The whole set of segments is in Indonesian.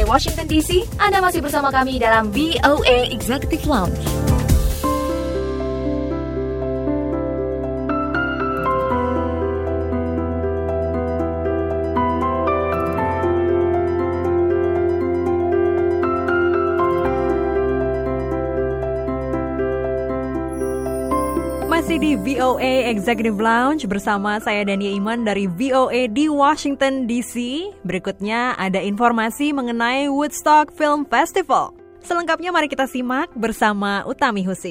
Washington DC. Anda masih bersama kami dalam VOA Executive Lounge. Masih di VOA Executive Lounge bersama saya Dania Iman dari VOA di Washington DC. Berikutnya ada informasi mengenai Woodstock Film Festival. Selengkapnya mari kita simak bersama Utami Husin.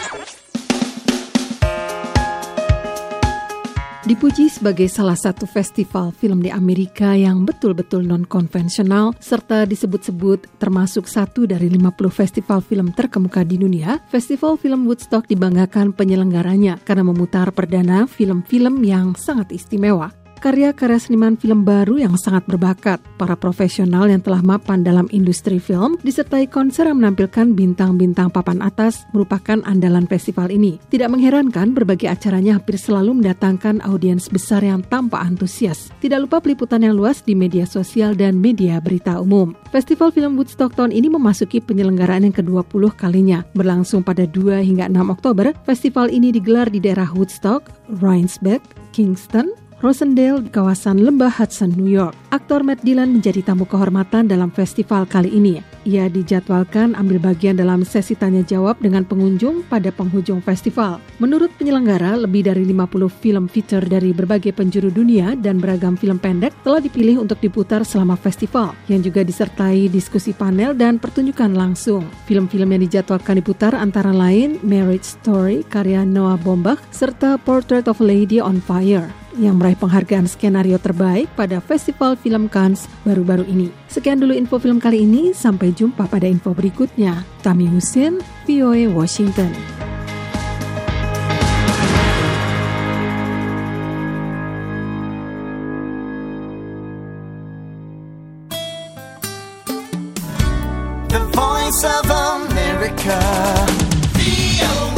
Dipuji sebagai salah satu festival film di Amerika yang betul-betul non-konvensional serta disebut-sebut termasuk satu dari 50 festival film terkemuka di dunia, Festival Film Woodstock dibanggakan penyelenggaranya karena memutar perdana film-film yang sangat istimewa. Karya-karya seniman film baru yang sangat berbakat, para profesional yang telah mapan dalam industri film, disertai konser yang menampilkan bintang-bintang papan atas merupakan andalan festival ini. Tidak mengherankan berbagai acaranya hampir selalu mendatangkan audiens besar yang tampak antusias. Tidak lupa peliputan yang luas di media sosial dan media berita umum. Festival Film Woodstock tahun ini memasuki penyelenggaraan yang ke-20 kalinya. Berlangsung pada 2 hingga 6 Oktober, festival ini digelar di daerah Woodstock, Rhinesbeck, Kingston, Rosendale di kawasan Lembah Hudson, New York. Aktor Matt Dillon menjadi tamu kehormatan dalam festival kali ini. Ia dijadwalkan ambil bagian dalam sesi tanya-jawab dengan pengunjung pada penghujung festival. Menurut penyelenggara, lebih dari 50 film feature dari berbagai penjuru dunia dan beragam film pendek telah dipilih untuk diputar selama festival, yang juga disertai diskusi panel dan pertunjukan langsung. Film-film yang dijadwalkan diputar antara lain Marriage Story karya Noah Baumbach serta Portrait of a Lady on Fire, yang meraih penghargaan skenario terbaik pada Festival Film Cannes baru-baru ini. Sekian dulu info film kali ini, sampai jumpa pada info berikutnya. Utami Husin, VOA Washington. The Voice of America, VOA.